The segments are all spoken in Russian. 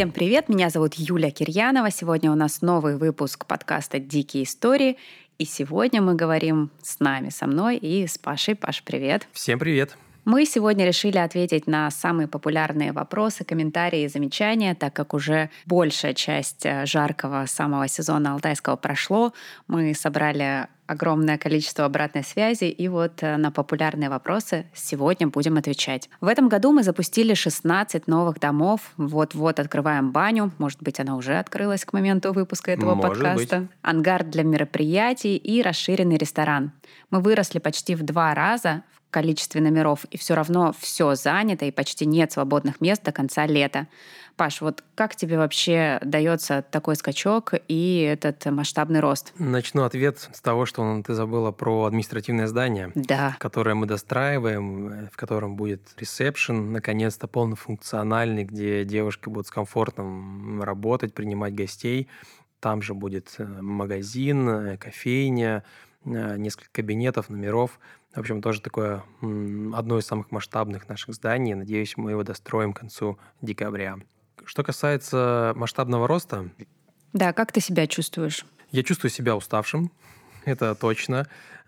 Всем привет, меня зовут Юля Кирьянова. Сегодня у нас новый выпуск подкаста «Дикие истории». И сегодня мы говорим со мной и с Пашей. Паш, привет. Всем привет. Мы сегодня решили ответить на самые популярные вопросы, комментарии и замечания, так как уже большая часть жаркого самого сезона алтайского прошло. Мы собрали огромное количество обратной связи, и вот на популярные вопросы сегодня будем отвечать. В этом году мы запустили 16 новых домов. Вот-вот открываем баню. Может быть, она уже открылась к моменту выпуска этого подкаста. Ангар для мероприятий и расширенный ресторан. Мы выросли почти в 2 раза в количестве номеров, и все равно все занято, и почти нет свободных мест до конца лета. Паш, вот как тебе вообще дается такой скачок и этот масштабный рост? Начну ответ с того, что ты забыла про административное здание, Да. которое мы достраиваем, в котором будет ресепшн, наконец-то полнофункциональный, где девушки будут с комфортом работать, принимать гостей. Там же будет магазин, кофейня, несколько кабинетов, номеров. В общем, тоже такое одно из самых масштабных наших зданий. Надеюсь, мы его достроим к концу декабря. Что касается масштабного роста... Да, как ты себя чувствуешь? Я чувствую себя уставшим, это точно.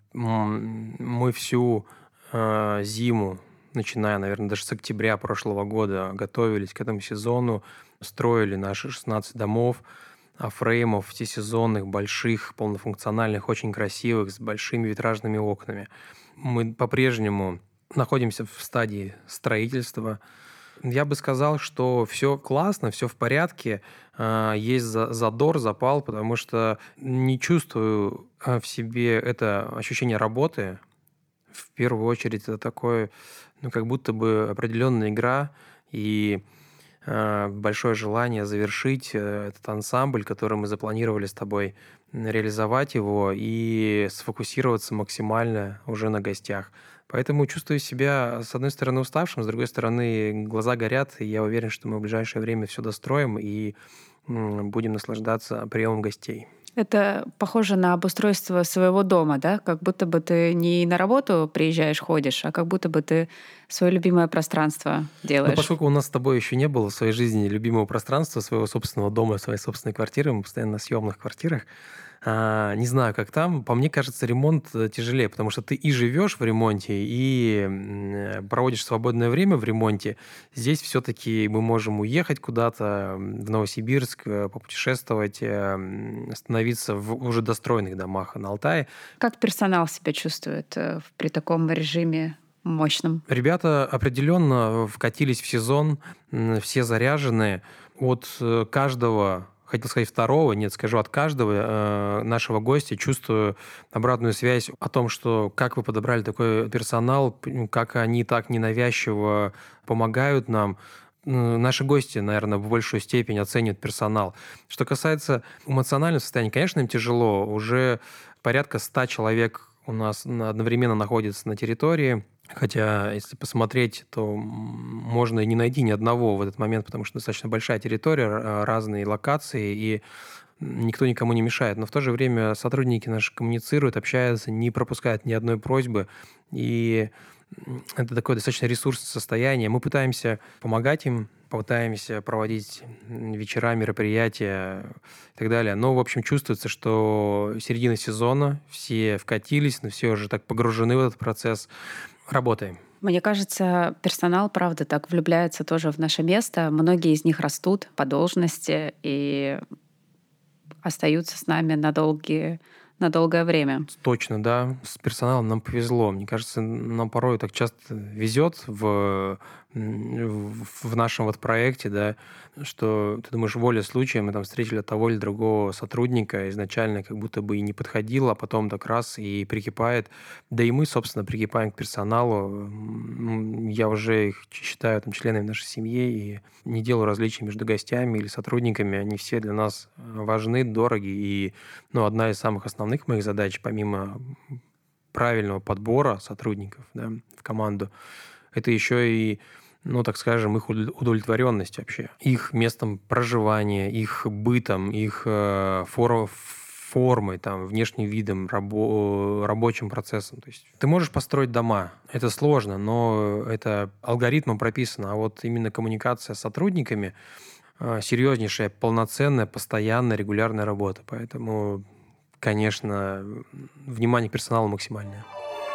Мы всю зиму, начиная, наверное, даже с октября прошлого года, готовились к этому сезону, строили наши 16 домов, фреймов всесезонных, больших, полнофункциональных, очень красивых, с большими витражными окнами. Мы по-прежнему находимся в стадии строительства. Я бы сказал, что все классно, все в порядке, есть задор, запал, потому что не чувствую в себе это ощущение работы. В первую очередь это такое, как будто бы определенная игра и большое желание завершить этот ансамбль, который мы запланировали с тобой, реализовать его и сфокусироваться максимально уже на гостях. Поэтому чувствую себя, с одной стороны, уставшим, с другой стороны, глаза горят, и я уверен, что мы в ближайшее время все достроим и будем наслаждаться приемом гостей. Это похоже на обустройство своего дома, да? Как будто бы ты не на работу приезжаешь, ходишь, а как будто бы ты свое любимое пространство делаешь. Поскольку у нас с тобой еще не было в своей жизни любимого пространства, своего собственного дома, своей собственной квартиры, мы постоянно на съемных квартирах, не знаю, как там, по мне кажется, ремонт тяжелее, потому что ты и живешь в ремонте, и проводишь свободное время в ремонте. Здесь все-таки мы можем уехать куда-то в Новосибирск, попутешествовать, остановиться в уже достроенных домах на Алтае. Как персонал себя чувствует при таком режиме мощном? Ребята определенно вкатились в сезон, все заряжены. От каждого... Хотел сказать второго, нет, скажу от каждого нашего гостя чувствую обратную связь о том, что как вы подобрали такой персонал, как они так ненавязчиво помогают нам. Наши гости, наверное, в большую степень оценивают персонал. Что касается эмоционального состояния, конечно, им тяжело. Уже порядка 100 человек у нас одновременно находится на территории. Хотя, если посмотреть, то можно и не найти ни одного в этот момент, потому что достаточно большая территория, разные локации, и никто никому не мешает. Но в то же время сотрудники наши коммуницируют, общаются, не пропускают ни одной просьбы. И это такое достаточно ресурсное состояние. Мы пытаемся помогать им, пытаемся проводить вечера, мероприятия и так далее. Но, в общем, чувствуется, что середина сезона, все вкатились, но все уже так погружены в этот процесс. Работаем. Мне кажется, персонал, правда, так влюбляется тоже в наше место. Многие из них растут по должности и остаются с нами на долгое время. Точно, да. С персоналом нам повезло. Мне кажется, нам порой так часто везет в нашем вот проекте, да, что ты думаешь, воля случая, мы там встретили того или другого сотрудника, изначально как будто бы и не подходил, а потом так раз и прикипает. Да и мы, собственно, прикипаем к персоналу. Я уже их считаю там членами нашей семьи и не делаю различий между гостями или сотрудниками. Они все для нас важны, дороги. И одна из самых основных моих задач, помимо правильного подбора сотрудников, да, в команду, это еще и, так скажем, их удовлетворенность вообще, их местом проживания, их бытом, их формой, там, внешним видом, рабочим процессом. То есть ты можешь построить дома. Это сложно, но это алгоритмом прописано. А вот именно коммуникация с сотрудниками, серьезнейшая, полноценная, постоянная, регулярная работа. Поэтому, конечно, внимание к персоналу максимальное.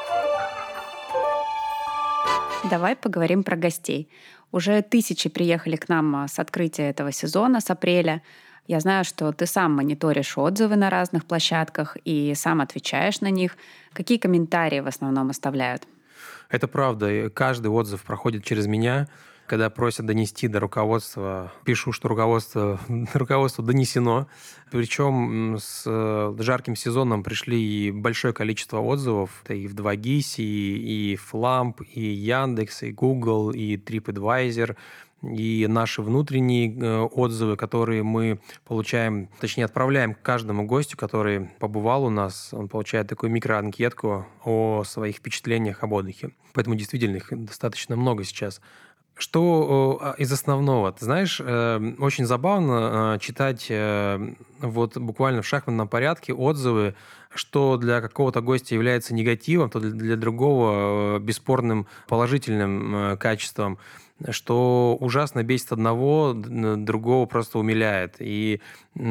Давай поговорим про гостей. Уже тысячи приехали к нам с открытия этого сезона, с апреля. Я знаю, что ты сам мониторишь отзывы на разных площадках и сам отвечаешь на них. Какие комментарии в основном оставляют? Это правда. Каждый отзыв проходит через меня. Когда просят донести до руководства, пишу, что руководству донесено. Причем с жарким сезоном пришли и большое количество отзывов. Это и в 2GIS, и Flamp, и Яндекс, и Google, и TripAdvisor, и наши внутренние отзывы, которые мы получаем, точнее, отправляем к каждому гостю, который побывал у нас. Он получает такую микроанкетку о своих впечатлениях об отдыхе. Поэтому действительно их достаточно много сейчас. Что из основного? Ты знаешь, очень забавно читать вот буквально в шахматном порядке отзывы, что для какого-то гостя является негативом, то для другого бесспорным положительным качеством, что ужасно бесит одного, другого просто умиляет. И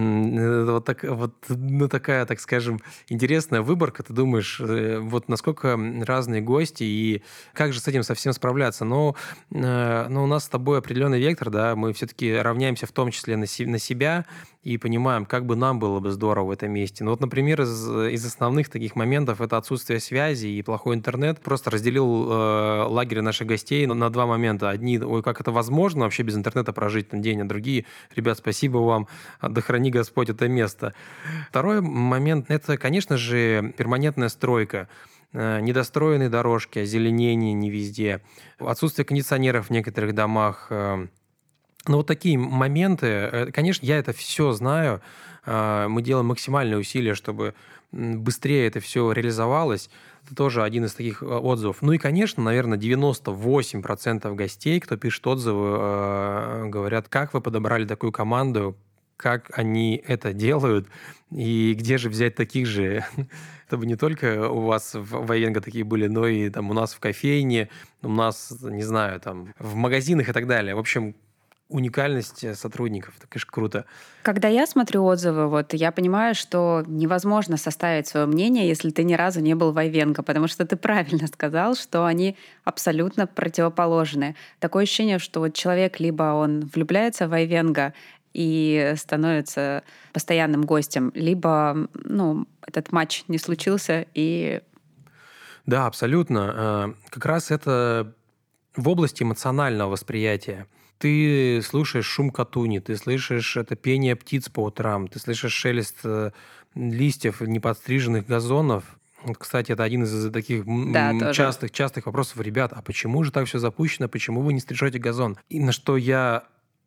такая, так скажем, интересная выборка. Ты думаешь, вот насколько разные гости и как же с этим совсем справляться. Но у нас с тобой определенный вектор, да, мы все-таки равняемся в том числе на себя и понимаем, как бы нам было бы здорово в этом месте. Ну вот, например, из основных таких моментов это отсутствие связи и плохой интернет. Просто разделил лагерь наших гостей на два момента. Одни, ой, как это возможно вообще без интернета прожить там день, а другие, ребят, спасибо вам, да храни Господь это место. Второй момент, это, конечно же, перманентная стройка. Недостроенные дорожки, озеленение не везде, отсутствие кондиционеров в некоторых домах. Но вот такие моменты, конечно, я это все знаю, мы делаем максимальные усилия, чтобы быстрее это все реализовалось. Это тоже один из таких отзывов. Ну и, конечно, наверное, 98% гостей, кто пишет отзывы, говорят, как вы подобрали такую команду, как они это делают, и где же взять таких же, чтобы не только у вас в Айвенго такие были, но и там у нас в кофейне, у нас, не знаю, там в магазинах и так далее. В общем, уникальность сотрудников. Это, конечно, круто. Когда я смотрю отзывы, вот я понимаю, что невозможно составить свое мнение, если ты ни разу не был в Айвенго, потому что ты правильно сказал, что они абсолютно противоположны. Такое ощущение, что вот человек либо он влюбляется в Айвенго и становится постоянным гостем, либо этот матч не случился и... Да, абсолютно. Как раз это в области эмоционального восприятия. Ты слушаешь шум катуни, ты слышишь это пение птиц по утрам, ты слышишь шелест листьев неподстриженных газонов. Вот, кстати, это один из таких частых вопросов. Ребят, а почему же так все запущено? Почему вы не стрижете газон? И на что я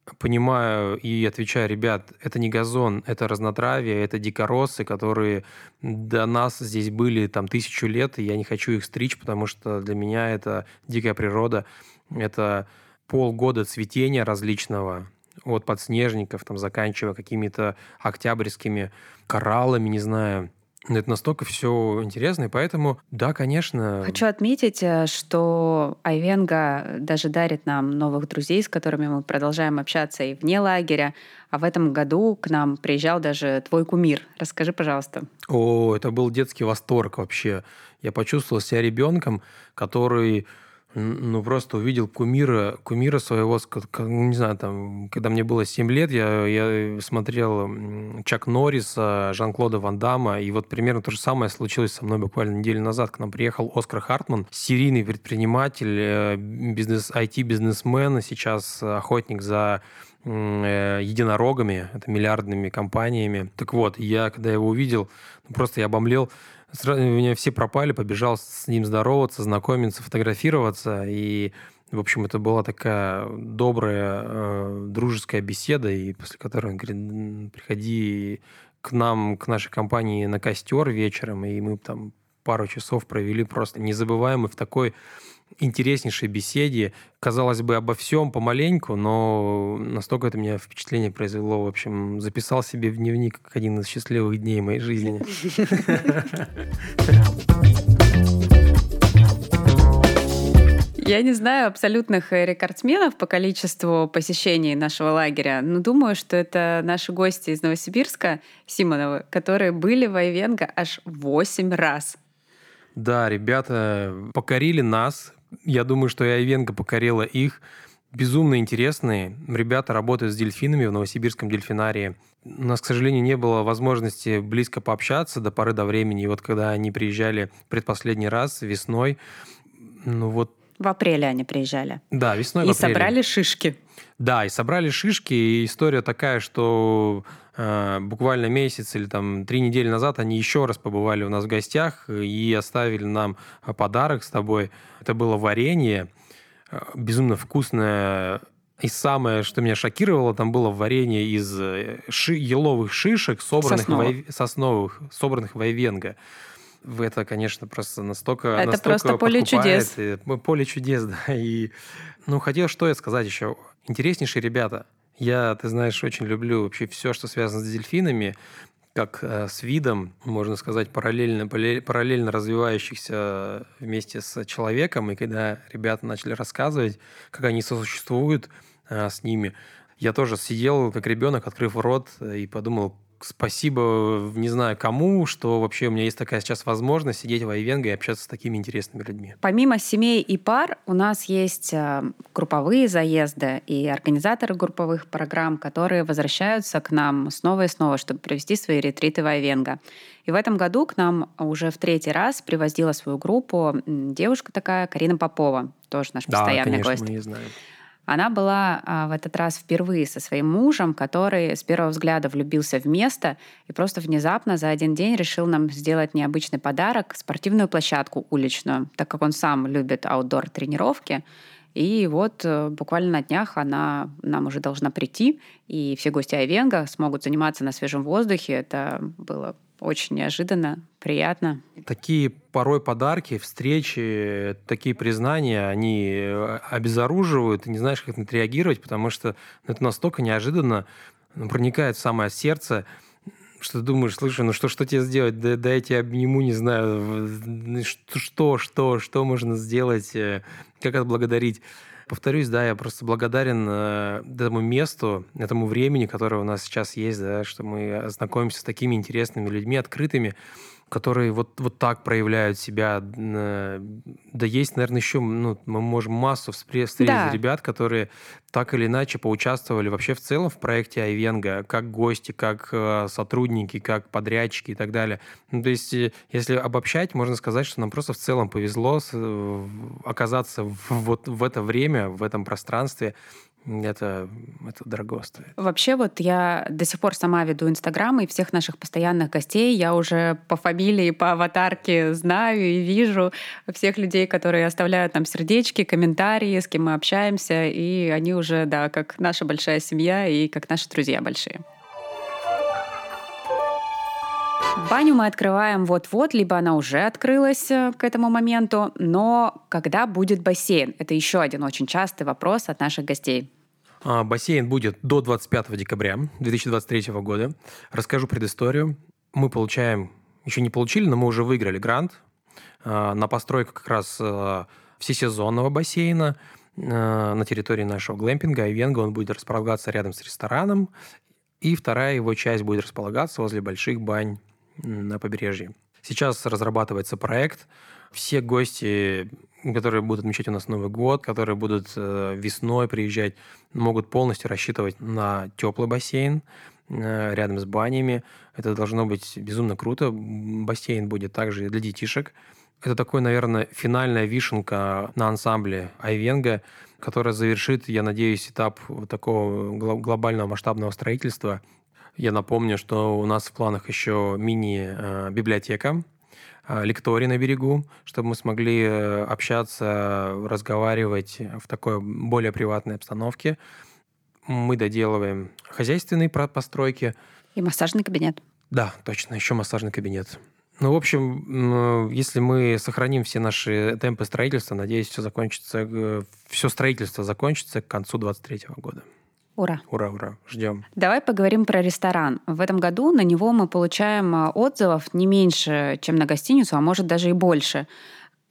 понимаю и отвечаю, ребят, это не газон, это разнотравие, это дикоросы, которые до нас здесь были там 1000 лет, и я не хочу их стричь, потому что для меня это дикая природа, это полгода цветения различного, от подснежников, там, заканчивая какими-то октябрьскими кораллами, не знаю. Это настолько все интересно, и поэтому, да, конечно... Хочу отметить, что Айвенго даже дарит нам новых друзей, с которыми мы продолжаем общаться и вне лагеря. А в этом году к нам приезжал даже твой кумир. Расскажи, пожалуйста. О, это был детский восторг вообще. Я почувствовал себя ребенком, который... просто увидел кумира своего, не знаю, там, когда мне было 7 лет, я смотрел Чак Норриса, Жан-Клода Ван Дамма, и вот примерно то же самое случилось со мной буквально неделю назад. К нам приехал Оскар Хартман, серийный предприниматель, IT-бизнесмен, сейчас охотник за единорогами, это миллиардными компаниями. Так вот, когда я его увидел, просто я обомлел. Сразу у меня все пропали, побежал с ним здороваться, знакомиться, фотографироваться. И, в общем, это была такая добрая, дружеская беседа, и после которой он говорит, приходи к нам, к нашей компании на костер вечером, и мы там пару часов провели просто незабываемый в такой интереснейшей беседе. Казалось бы, обо всем помаленьку, но настолько это меня впечатление произвело. В общем, записал себе в дневник как один из счастливых дней моей жизни. Я не знаю абсолютных рекордсменов по количеству посещений нашего лагеря, но думаю, что это наши гости из Новосибирска, Симоновы, которые были в Айвенго аж 8 раз. Да, ребята покорили нас. Я думаю, что и Айвенго покорила их. Безумно интересные. Ребята работают с дельфинами в Новосибирском дельфинарии. У нас, к сожалению, не было возможности близко пообщаться до поры до времени. И вот когда они приезжали предпоследний раз весной, В апреле они приезжали. Да, весной, и в апреле. Собрали шишки. Да, и собрали шишки. И история такая, что буквально месяц или 3 недели назад они еще раз побывали у нас в гостях и оставили нам подарок с тобой. Это было варенье. Безумно вкусное. И самое, что меня шокировало, там было варенье из еловых шишек, сосновых, собранных в Айвенго. Это, конечно, просто настолько Это просто поле чудес. Поле чудес, да. И, хотел что я сказать еще. Интереснейшие ребята. Я, ты знаешь, очень люблю вообще все, что связано с дельфинами, как с видом, можно сказать, параллельно развивающихся вместе с человеком. И когда ребята начали рассказывать, как они сосуществуют с ними, я тоже сидел, как ребенок, открыв рот, и подумал, спасибо, не знаю кому, что вообще у меня есть такая сейчас возможность сидеть в Айвенго и общаться с такими интересными людьми. Помимо семей и пар у нас есть групповые заезды и организаторы групповых программ, которые возвращаются к нам снова и снова, чтобы провести свои ретриты в Айвенго. И в этом году к нам уже в 3-й раз привозила свою группу девушка такая, Карина Попова, тоже наш постоянный гость. Да, конечно, мы ее знаем. Она была в этот раз впервые со своим мужем, который с первого взгляда влюбился в место и просто внезапно за один день решил нам сделать необычный подарок — спортивную площадку уличную, так как он сам любит аутдор-тренировки. И вот буквально на днях она нам уже должна прийти, и все гости Айвенго смогут заниматься на свежем воздухе. Это было очень неожиданно, приятно. Такие порой подарки, встречи, такие признания, они обезоруживают, и не знаешь, как на это реагировать, потому что это настолько неожиданно, проникает в самое сердце, что ты думаешь, слушай, что тебе сделать? Да я тебя обниму, не знаю, что можно сделать, как отблагодарить. Повторюсь, да, я просто благодарен этому месту, этому времени, которое у нас сейчас есть, да, что мы знакомимся с такими интересными людьми, открытыми, которые вот так проявляют себя. Да есть, наверное, еще, мы можем массу встретить ребят, которые так или иначе поучаствовали вообще в целом в проекте Айвенго, как гости, как сотрудники, как подрядчики и так далее. То есть, если обобщать, можно сказать, что нам просто в целом повезло оказаться в это время, в этом пространстве. Это дорого стоит. Вообще я до сих пор сама веду Инстаграм, и всех наших постоянных гостей я уже по фамилии, по аватарке знаю и вижу всех людей, которые оставляют нам сердечки, комментарии, с кем мы общаемся, и они уже, да, как наша большая семья и как наши друзья большие. Баню мы открываем вот-вот, либо она уже открылась к этому моменту, но когда будет бассейн? Это еще один очень частый вопрос от наших гостей. Бассейн будет до 25 декабря 2023 года. Расскажу предысторию. Мы еще не получили, но мы уже выиграли грант на постройку как раз всесезонного бассейна на территории нашего глэмпинга Айвенго. Он будет располагаться рядом с рестораном, и вторая его часть будет располагаться возле больших бань на побережье. Сейчас разрабатывается проект. Все гости, которые будут отмечать у нас Новый год, которые будут весной приезжать, могут полностью рассчитывать на теплый бассейн рядом с банями. Это должно быть безумно круто. Бассейн будет также и для детишек. Это такой, наверное, финальная вишенка на ансамбле Айвенго, которая завершит, я надеюсь, этап такого глобального масштабного строительства. Я напомню, что у нас в планах еще мини-библиотека, лекторий на берегу, чтобы мы смогли общаться, разговаривать в такой более приватной обстановке. Мы доделываем хозяйственные постройки. И массажный кабинет. Да, точно, еще массажный кабинет. В общем, если мы сохраним все наши темпы строительства, надеюсь, все строительство закончится к концу 2023 года. Ура! Ура, ура! Ждем. Давай поговорим про ресторан. В этом году на него мы получаем отзывов не меньше, чем на гостиницу, а может даже и больше.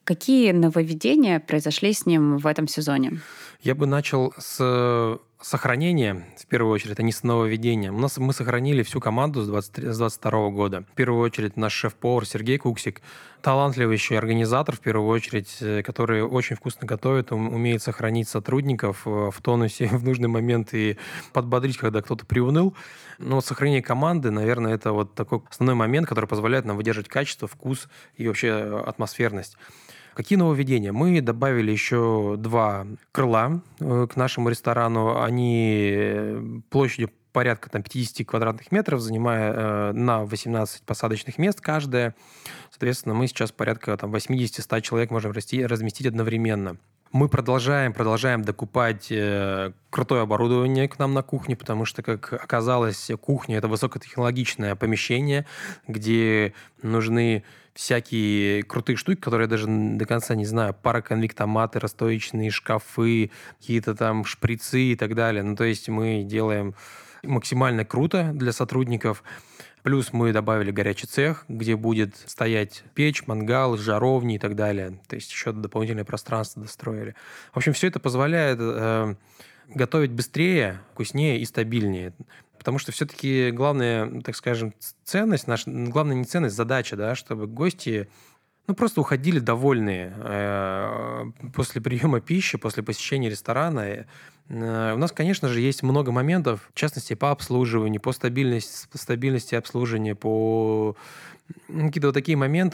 Какие нововведения произошли с ним в этом сезоне? Я бы начал с сохранения, в первую очередь, а не с нововведения. Мы сохранили всю команду с 22 года. В первую очередь наш шеф-повар Сергей Куксик, талантливый еще и организатор, в первую очередь, который очень вкусно готовит, умеет сохранить сотрудников в тонусе в нужный момент и подбодрить, когда кто-то приуныл. Но вот сохранение команды, наверное, это вот такой основной момент, который позволяет нам выдерживать качество, вкус и вообще атмосферность. Какие нововведения? Мы добавили еще 2 крыла к нашему ресторану. Они площадью порядка 50 квадратных метров, занимая на 18 посадочных мест каждое. Соответственно, мы сейчас порядка 80-100 человек можем разместить одновременно. Мы продолжаем докупать крутое оборудование к нам на кухню, потому что, как оказалось, кухня – это высокотехнологичное помещение, где нужны всякие крутые штуки, которые я даже до конца не знаю, пароконвектоматы, расстоечные шкафы, какие-то там шприцы и так далее. Ну, то есть мы делаем максимально круто для сотрудников. Плюс мы добавили горячий цех, где будет стоять печь, мангал, жаровни и так далее. То есть еще дополнительное пространство достроили. В общем, все это позволяет готовить быстрее, вкуснее и стабильнее. Потому что все-таки главная, так скажем, ценность, главная не ценность, задача, да, чтобы гости просто уходили довольные после приема пищи, после посещения ресторана. У нас, конечно же, есть много моментов, в частности, по обслуживанию, по стабильности обслуживания, по какие-то вот такие моменты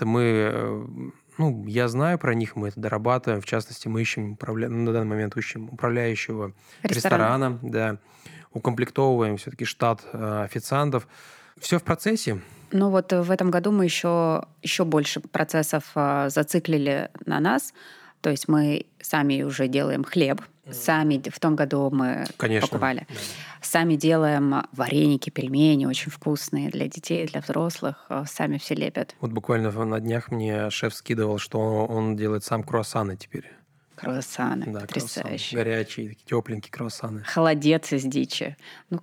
я знаю про них, мы это дорабатываем. В частности, мы ищем на данный момент управляющего ресторана, да, укомплектовываем все-таки штат официантов. Все в процессе. Ну вот в этом году мы еще больше процессов зациклили на нас. То есть мы сами уже делаем хлеб. Сами в том году мы покупали. Да. Сами делаем вареники, пельмени очень вкусные для детей, для взрослых. Сами все лепят. Вот буквально на днях мне шеф скидывал, что он делает сам круассаны теперь. Круассаны, Да, потрясающе. Горячие, такие тепленькие круассаны. Холодец из дичи.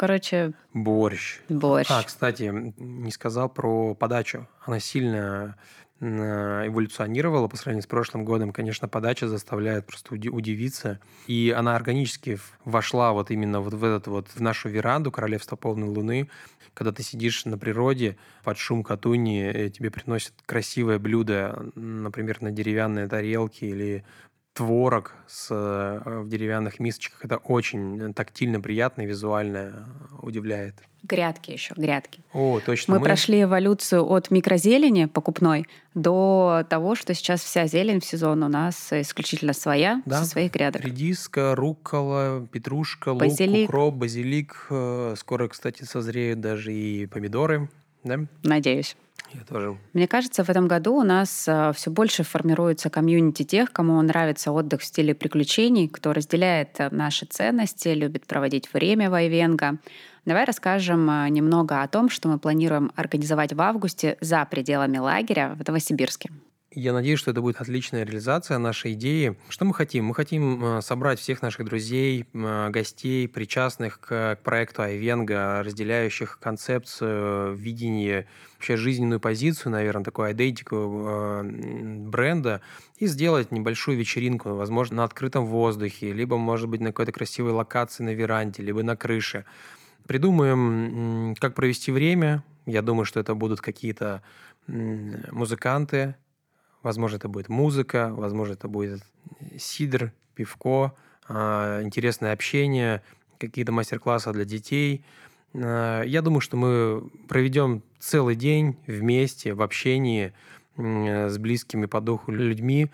Борщ. Борщ. Кстати, не сказал про подачу. Она сильно эволюционировала по сравнению с прошлым годом. Конечно, подача заставляет просто удивиться. И она органически вошла вот именно вот в нашу веранду Королевства полной луны. Когда ты сидишь на природе, под шум катуни, тебе приносят красивое блюдо, например, на деревянной тарелке или творог в деревянных мисочках. Это очень тактильно, приятно и визуально удивляет. Грядки. О, точно. Мы прошли эволюцию от микрозелени покупной до того, что сейчас вся зелень в сезон у нас исключительно своя, со своих грядок. Редиска, руккола, петрушка, базилик. Лук, укроп, базилик. Скоро, кстати, созреют даже и помидоры. Да? Надеюсь. Я тоже. Мне кажется, в этом году у нас все больше формируется комьюнити тех, кому нравится отдых в стиле приключений, кто разделяет наши ценности, любит проводить время в Айвенго. Давай расскажем немного о том, что мы планируем организовать в августе за пределами лагеря в Новосибирске. Я надеюсь, что это будет отличная реализация нашей идеи. Что мы хотим? Мы хотим собрать всех наших друзей, гостей, причастных к проекту Айвенго, разделяющих концепцию, видение, вообще жизненную позицию, наверное, такую идентику бренда, и сделать небольшую вечеринку, возможно, на открытом воздухе, либо, может быть, на какой-то красивой локации на веранде, либо на крыше. Придумаем, как провести время. Я думаю, что это будут какие-то музыканты. Возможно, это будет музыка, возможно, это будет сидр, пивко, интересное общение, какие-то мастер-классы для детей. Я думаю, что мы проведем целый день вместе в общении с близкими по духу людьми.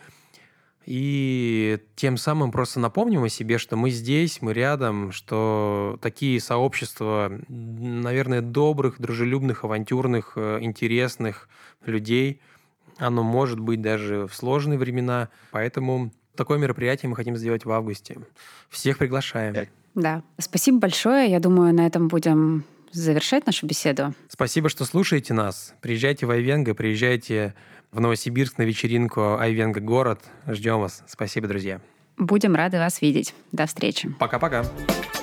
И тем самым просто напомним о себе, что мы здесь, мы рядом, что такие сообщества, наверное, добрых, дружелюбных, авантюрных, интересных людей – оно может быть даже в сложные времена. Поэтому такое мероприятие мы хотим сделать в августе. Всех приглашаем. Да. Спасибо большое. Я думаю, на этом будем завершать нашу беседу. Спасибо, что слушаете нас. Приезжайте в Айвенго, приезжайте в Новосибирск на вечеринку Айвенго город. Ждем вас. Спасибо, друзья. Будем рады вас видеть. До встречи. Пока-пока.